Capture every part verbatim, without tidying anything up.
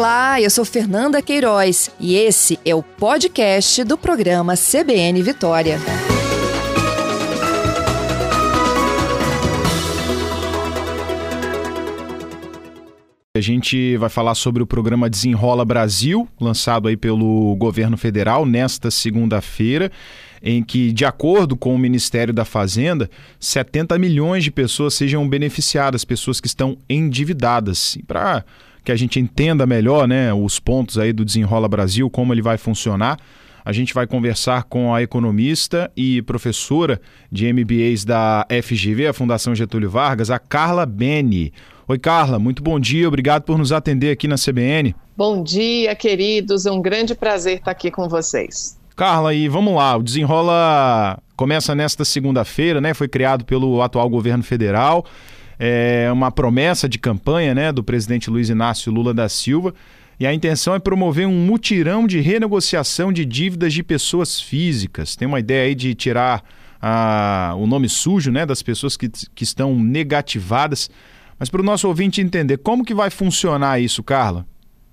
Olá, eu sou Fernanda Queiroz e esse é o podcast do programa C B N Vitória. A gente vai falar sobre o programa Desenrola Brasil, lançado aí pelo governo federal nesta segunda-feira, em que, de acordo com o Ministério da Fazenda, setenta milhões de pessoas sejam beneficiadas, pessoas que estão endividadas. E para que a gente entenda melhor, né, os pontos aí do Desenrola Brasil, como ele vai funcionar, a gente vai conversar com a economista e professora de M B As da F G V, a Fundação Getúlio Vargas, a Carla Beni. Oi, Carla, muito bom dia, obrigado por nos atender aqui na C B N. Bom dia, queridos, é um grande prazer estar aqui com vocês. Carla, e vamos lá, o Desenrola começa nesta segunda-feira, né? Foi criado pelo atual governo federal, é uma promessa de campanha, né, do presidente Luiz Inácio Lula da Silva, e a intenção é promover um mutirão de renegociação de dívidas de pessoas físicas. Tem uma ideia aí de tirar ah, o nome sujo, né, das pessoas que, que estão negativadas. Mas para o nosso ouvinte entender, como que vai funcionar isso, Carla?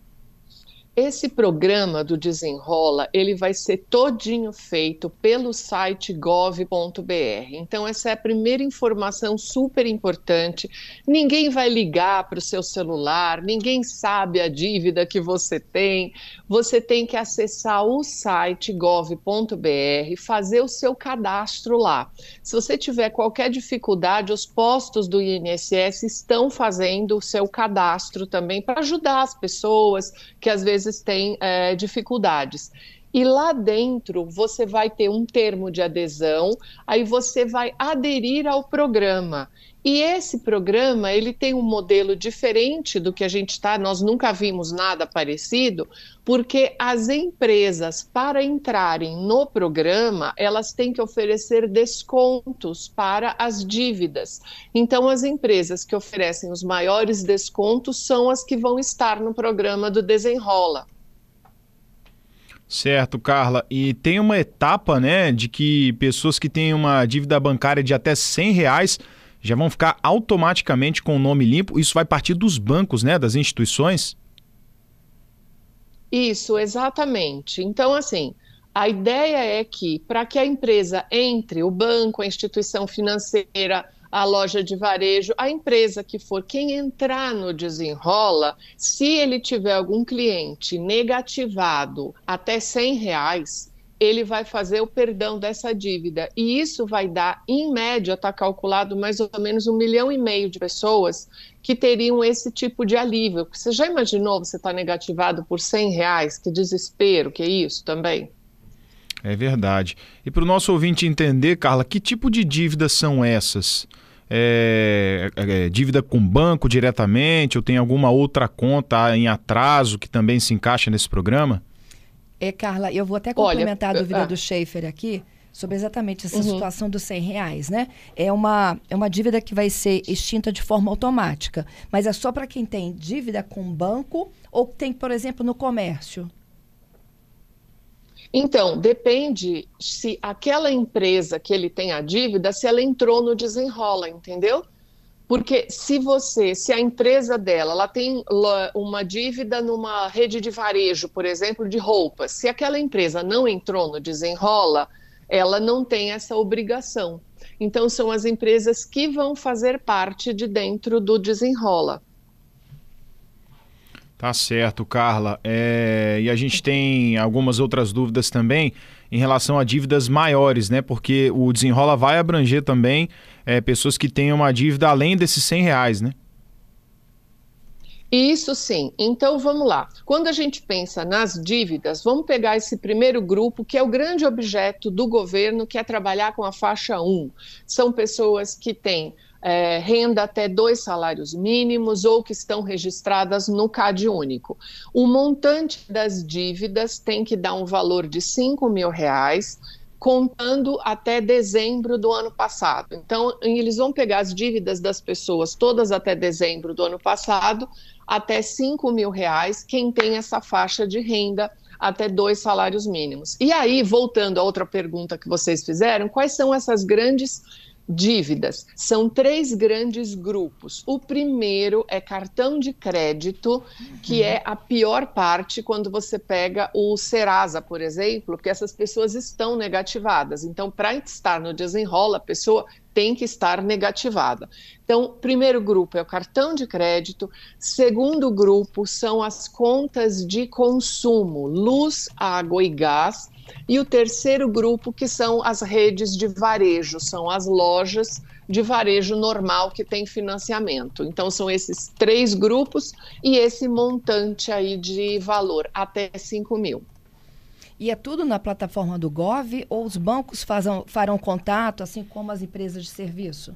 Esse programa do Desenrola, ele vai ser todinho feito pelo site gov ponto br. Então, essa é a primeira informação super importante. Ninguém vai ligar para o seu celular, ninguém sabe a dívida que você tem. Você tem que acessar o site gov ponto br, fazer o seu cadastro lá. Se você tiver qualquer dificuldade, os postos do I N S S estão fazendo o seu cadastro também para ajudar as pessoas que às vezes têm é, dificuldades. E lá dentro você vai ter um termo de adesão, aí você vai aderir ao programa. E esse programa, ele tem um modelo diferente do que a gente está, nós nunca vimos nada parecido, porque as empresas, para entrarem no programa, elas têm que oferecer descontos para as dívidas. Então, as empresas que oferecem os maiores descontos são as que vão estar no programa do Desenrola. Certo, Carla. E tem uma etapa, né, de que pessoas que têm uma dívida bancária de até cem reais já vão ficar automaticamente com o nome limpo. Isso vai partir dos bancos, né, das instituições? Isso, exatamente. Então, assim, a ideia é que, para que a empresa entre, o banco, a instituição financeira, a loja de varejo, a empresa que for, quem entrar no Desenrola, se ele tiver algum cliente negativado até cem reais, ele vai fazer o perdão dessa dívida. E isso vai dar, em média, está calculado mais ou menos um milhão e meio de pessoas que teriam esse tipo de alívio. Você já imaginou você estar negativado por cem reais? Que desespero, que é isso também? É verdade. E para o nosso ouvinte entender, Carla, que tipo de dívidas são essas? É, é, dívida com banco diretamente, ou tem alguma outra conta em atraso que também se encaixa nesse programa? É, Carla, eu vou até complementar Olha, a dúvida ah, do Schaefer aqui, sobre exatamente essa uhum. situação dos cem reais, né? É uma, é uma dívida que vai ser extinta de forma automática, mas é só para quem tem dívida com banco ou tem, por exemplo, no comércio? Então, depende se aquela empresa que ele tem a dívida, se ela entrou no Desenrola, entendeu? Porque se você, se a empresa dela, ela tem uma dívida numa rede de varejo, por exemplo, de roupas, se aquela empresa não entrou no Desenrola, ela não tem essa obrigação. Então, são as empresas que vão fazer parte de dentro do Desenrola. Tá certo, Carla. É, e a gente tem algumas outras dúvidas também em relação a dívidas maiores, né? Porque o Desenrola vai abranger também é, pessoas que têm uma dívida além desses cem reais, né? Isso sim. Então vamos lá. Quando a gente pensa nas dívidas, vamos pegar esse primeiro grupo, que é o grande objeto do governo, que é trabalhar com a faixa um. São pessoas que têm É, renda até dois salários mínimos ou que estão registradas no CAD único. O montante das dívidas tem que dar um valor de cinco mil reais, contando até dezembro do ano passado. Então, eles vão pegar as dívidas das pessoas todas até dezembro do ano passado, até cinco mil reais, quem tem essa faixa de renda até dois salários mínimos. E aí, voltando a outra pergunta que vocês fizeram, quais são essas grandes dívidas. São três grandes grupos. O primeiro é cartão de crédito, que é a pior parte quando você pega o Serasa, por exemplo, porque essas pessoas estão negativadas. Então, para estar no Desenrola, a pessoa tem que estar negativada. Então, primeiro grupo é o cartão de crédito, segundo grupo são as contas de consumo, luz, água e gás, e o terceiro grupo que são as redes de varejo, são as lojas de varejo normal que tem financiamento. Então, são esses três grupos e esse montante aí de valor, até cinco mil. E é tudo na plataforma do Gov ou os bancos fazam, farão contato, assim como as empresas de serviço?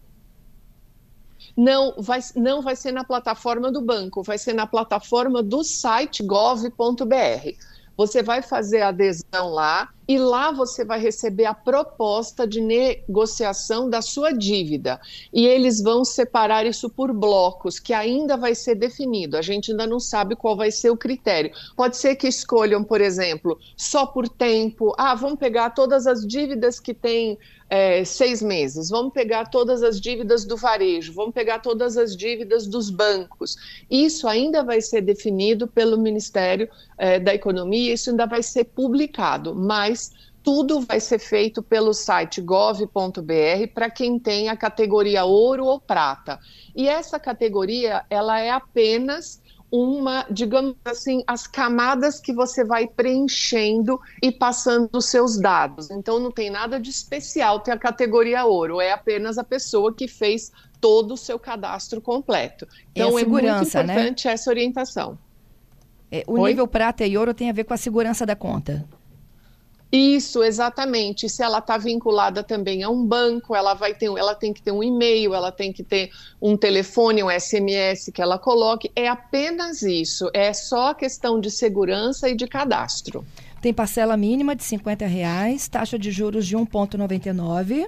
Não vai, não vai ser na plataforma do banco, vai ser na plataforma do site gov ponto br. Você vai fazer a adesão lá e lá você vai receber a proposta de negociação da sua dívida. E eles vão separar isso por blocos, que ainda vai ser definido. A gente ainda não sabe qual vai ser o critério. Pode ser que escolham, por exemplo, só por tempo. Ah, vamos pegar todas as dívidas que tem é, seis meses. Vamos pegar todas as dívidas do varejo. Vamos pegar todas as dívidas dos bancos. Isso ainda vai ser definido pelo Ministério é, da Economia. Isso ainda vai ser publicado, mas tudo vai ser feito pelo site gov ponto br para quem tem a categoria ouro ou prata. E essa categoria, ela é apenas uma, digamos assim, as camadas que você vai preenchendo e passando os seus dados. Então não tem nada de especial ter a categoria ouro, é apenas a pessoa que fez todo o seu cadastro completo. Então é muito importante, né, essa orientação. É, o Oi? Nível prata e ouro tem a ver com a segurança da conta. Isso, exatamente. Se ela está vinculada também a um banco, ela vai ter, ela tem que ter um e-mail, ela tem que ter um telefone, um S M S que ela coloque. É apenas isso. É só questão de segurança e de cadastro. Tem parcela mínima de cinquenta reais, taxa de juros de um vírgula noventa e nove.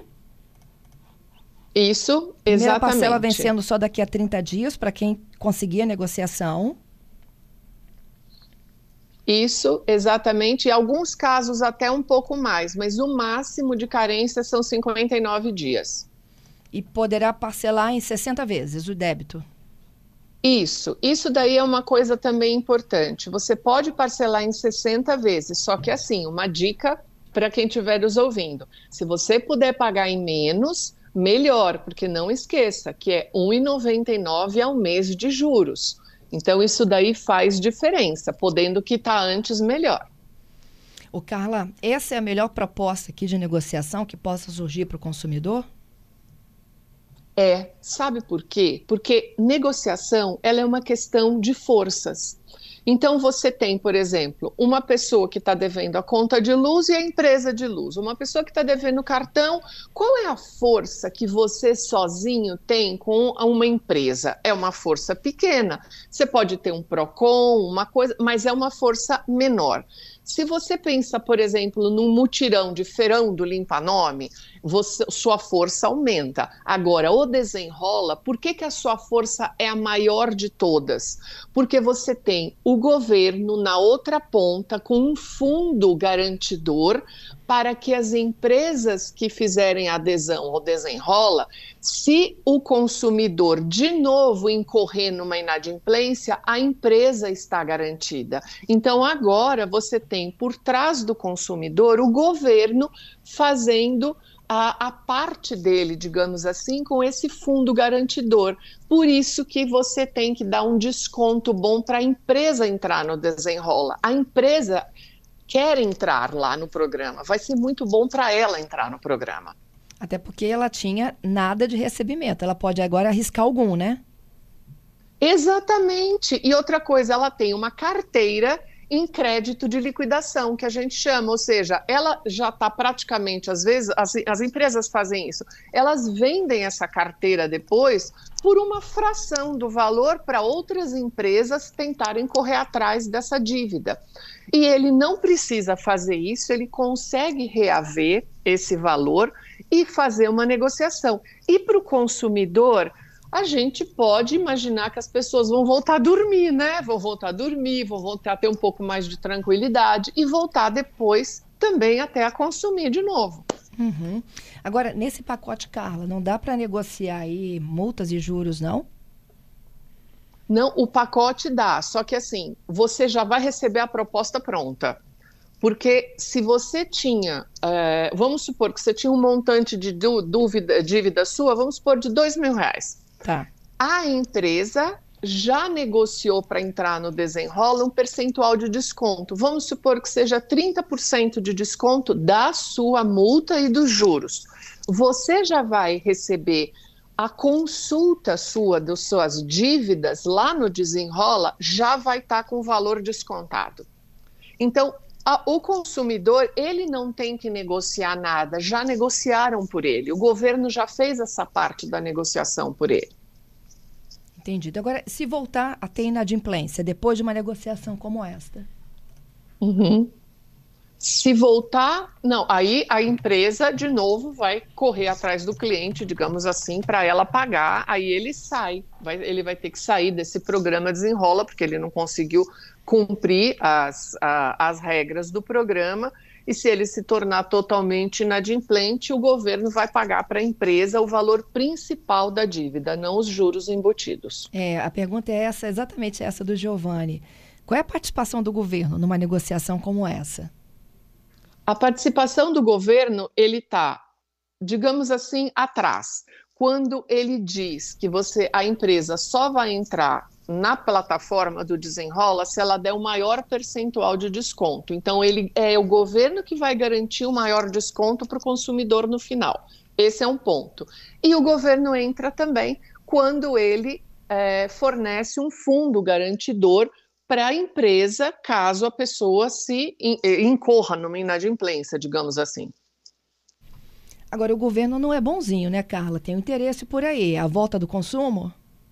Isso, exatamente. Primeira parcela vencendo só daqui a trinta dias para quem conseguir a negociação. Isso, exatamente. Em alguns casos até um pouco mais, mas o máximo de carência são cinquenta e nove dias. E poderá parcelar em sessenta vezes o débito? Isso. Isso daí é uma coisa também importante. Você pode parcelar em sessenta vezes, só que assim, uma dica para quem estiver nos ouvindo. Se você puder pagar em menos, melhor, porque não esqueça que é um real e noventa e nove centavos ao mês de juros. Então, isso daí faz diferença, podendo quitar antes, melhor. Ô, Carla, essa é a melhor proposta aqui de negociação que possa surgir para o consumidor? É, sabe por quê? Porque negociação, ela é uma questão de forças. Então, você tem, por exemplo, uma pessoa que está devendo a conta de luz e a empresa de luz. Uma pessoa que está devendo o cartão. Qual é a força que você sozinho tem com uma empresa? É uma força pequena. Você pode ter um PROCON, uma coisa, mas é uma força menor. Se você pensa, por exemplo, num mutirão de feirão do limpa-nome, você, sua força aumenta. Agora, o Desenrola, por que que a sua força é a maior de todas? Porque você tem o governo na outra ponta com um fundo garantidor para que as empresas que fizerem adesão ao Desenrola, se o consumidor de novo incorrer numa inadimplência, a empresa está garantida. Então agora você tem por trás do consumidor o governo fazendo a, a parte dele, digamos assim, com esse fundo garantidor. Por isso que você tem que dar um desconto bom para a empresa entrar no Desenrola. A empresa quer entrar lá no programa, vai ser muito bom para ela entrar no programa. Até porque ela tinha nada de recebimento, ela pode agora arriscar algum, né? Exatamente. E outra coisa, ela tem uma carteira em crédito de liquidação, que a gente chama, ou seja, ela já está praticamente, às vezes, as, as empresas fazem isso, elas vendem essa carteira depois por uma fração do valor para outras empresas tentarem correr atrás dessa dívida. E ele não precisa fazer isso, ele consegue reaver esse valor e fazer uma negociação. E para o consumidor, a gente pode imaginar que as pessoas vão voltar a dormir, né? Vão voltar a dormir, vão voltar a ter um pouco mais de tranquilidade e voltar depois também até a consumir de novo. Uhum. Agora, nesse pacote, Carla, não dá para negociar aí multas e juros, não? Não, o pacote dá, só que assim, você já vai receber a proposta pronta. Porque se você tinha, é, vamos supor que você tinha um montante de dúvida, dívida sua, vamos supor de dois mil reais. Tá. A empresa já negociou para entrar no Desenrola um percentual de desconto. Vamos supor que seja trinta por cento de desconto da sua multa e dos juros. Você já vai receber a consulta sua das suas dívidas lá no Desenrola, já vai estar com o valor descontado. Então, a, o consumidor, ele não tem que negociar nada, já negociaram por ele. O governo já fez essa parte da negociação por ele. Entendido. Agora, se voltar a ter inadimplência depois de uma negociação como esta? Uhum. Se voltar, não, aí a empresa de novo vai correr atrás do cliente, digamos assim, para ela pagar, aí ele sai, vai, ele vai ter que sair desse programa Desenrola, porque ele não conseguiu cumprir as, a, as regras do programa, e se ele se tornar totalmente inadimplente, o governo vai pagar para a empresa o valor principal da dívida, não os juros embutidos. É, a pergunta é essa, exatamente essa do Giovanni. Qual é a participação do governo numa negociação como essa? A participação do governo, ele está, digamos assim, atrás. Quando ele diz que você, a empresa só vai entrar na plataforma do Desenrola se ela der o maior percentual de desconto. Então, ele é o governo que vai garantir o maior desconto para o consumidor no final. Esse é um ponto. E o governo entra também quando ele é, fornece um fundo garantidor para a empresa, caso a pessoa se incorra numa inadimplência, digamos assim. Agora, o governo não é bonzinho, né, Carla? Tem um interesse por aí. A volta do consumo?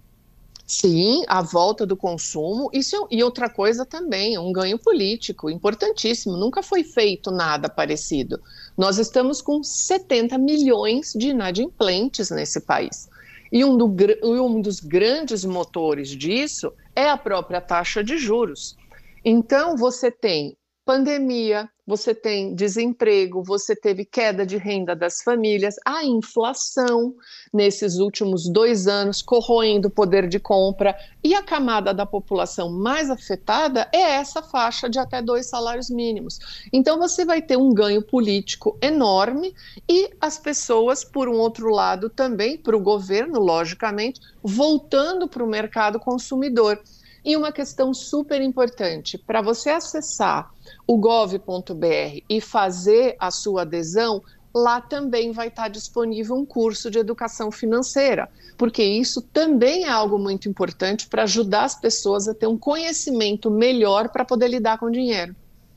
Sim, a volta do consumo. Isso, e outra coisa também, um ganho político importantíssimo. Nunca foi feito nada parecido. Nós estamos com setenta milhões de inadimplentes nesse país. E um, do, um dos grandes motores disso é a própria taxa de juros. Então, você tem pandemia, você tem desemprego, você teve queda de renda das famílias, a inflação nesses últimos dois anos corroendo o poder de compra, e a camada da população mais afetada é essa faixa de até dois salários mínimos. Então você vai ter um ganho político enorme e as pessoas, por um outro lado também, para o governo, logicamente, voltando para o mercado consumidor. E uma questão super importante, para você acessar o gov ponto br e fazer a sua adesão, lá também vai estar disponível um curso de educação financeira, porque isso também é algo muito importante para ajudar as pessoas a ter um conhecimento melhor para poder lidar com o dinheiro.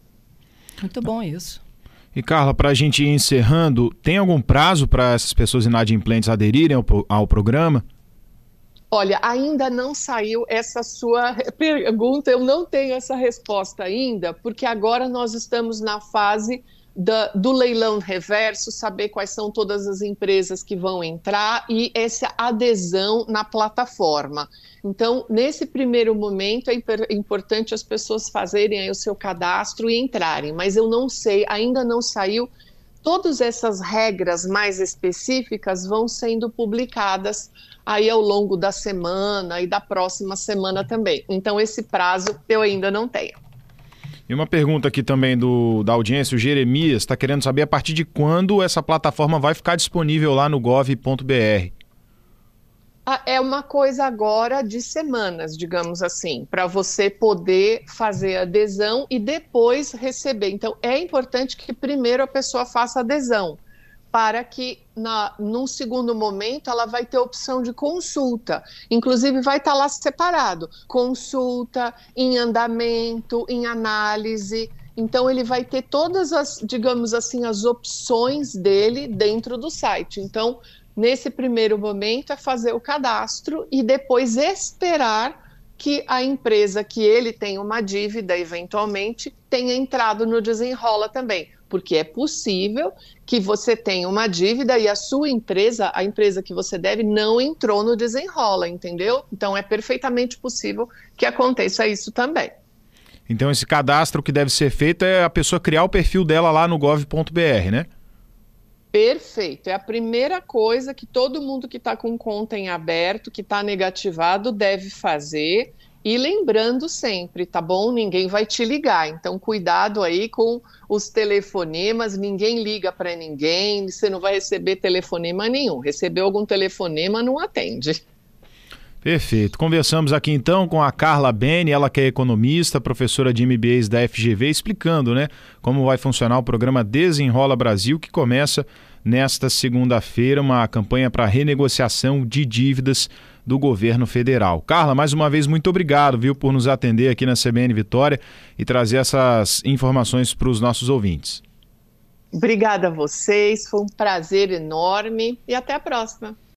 Muito bom isso. E Carla, para a gente ir encerrando, tem algum prazo para essas pessoas inadimplentes aderirem ao, ao programa? Olha, ainda não saiu essa sua pergunta, eu não tenho essa resposta ainda, porque agora nós estamos na fase da, do leilão reverso, saber quais são todas as empresas que vão entrar e essa adesão na plataforma. Então, nesse primeiro momento, é importante as pessoas fazerem aí o seu cadastro e entrarem, mas eu não sei, ainda não saiu. Todas essas regras mais específicas vão sendo publicadas aí ao longo da semana e da próxima semana também. Então, esse prazo eu ainda não tenho. E uma pergunta aqui também do, da audiência, o Jeremias está querendo saber a partir de quando essa plataforma vai ficar disponível lá no gov ponto br. É uma coisa agora de semanas, digamos assim, para você poder fazer a adesão e depois receber. Então, é importante que primeiro a pessoa faça adesão, para que, na, num segundo momento, ela vai ter a opção de consulta. Inclusive, vai estar lá separado, consulta, em andamento, em análise. Então, ele vai ter todas as, digamos assim, as opções dele dentro do site. Então, nesse primeiro momento, é fazer o cadastro e depois esperar que a empresa que ele tem uma dívida, eventualmente, tenha entrado no Desenrola também. Porque é possível que você tenha uma dívida e a sua empresa, a empresa que você deve, não entrou no Desenrola, entendeu? Então, é perfeitamente possível que aconteça isso também. Então, esse cadastro que deve ser feito é a pessoa criar o perfil dela lá no gov ponto br, né? Perfeito. É a primeira coisa que todo mundo que está com conta em aberto, que está negativado, deve fazer. E lembrando sempre, tá bom? Ninguém vai te ligar. Então, cuidado aí com os telefonemas. Ninguém liga para ninguém. Você não vai receber telefonema nenhum. Recebeu algum telefonema, não atende. Perfeito. Conversamos aqui então com a Carla Bene, ela que é economista, professora de M B As da F G V, explicando, né, como vai funcionar o programa Desenrola Brasil, que começa nesta segunda-feira, uma campanha para renegociação de dívidas do governo federal. Carla, mais uma vez, muito obrigado, viu, por nos atender aqui na C B N Vitória e trazer essas informações para os nossos ouvintes. Obrigada a vocês, foi um prazer enorme e até a próxima.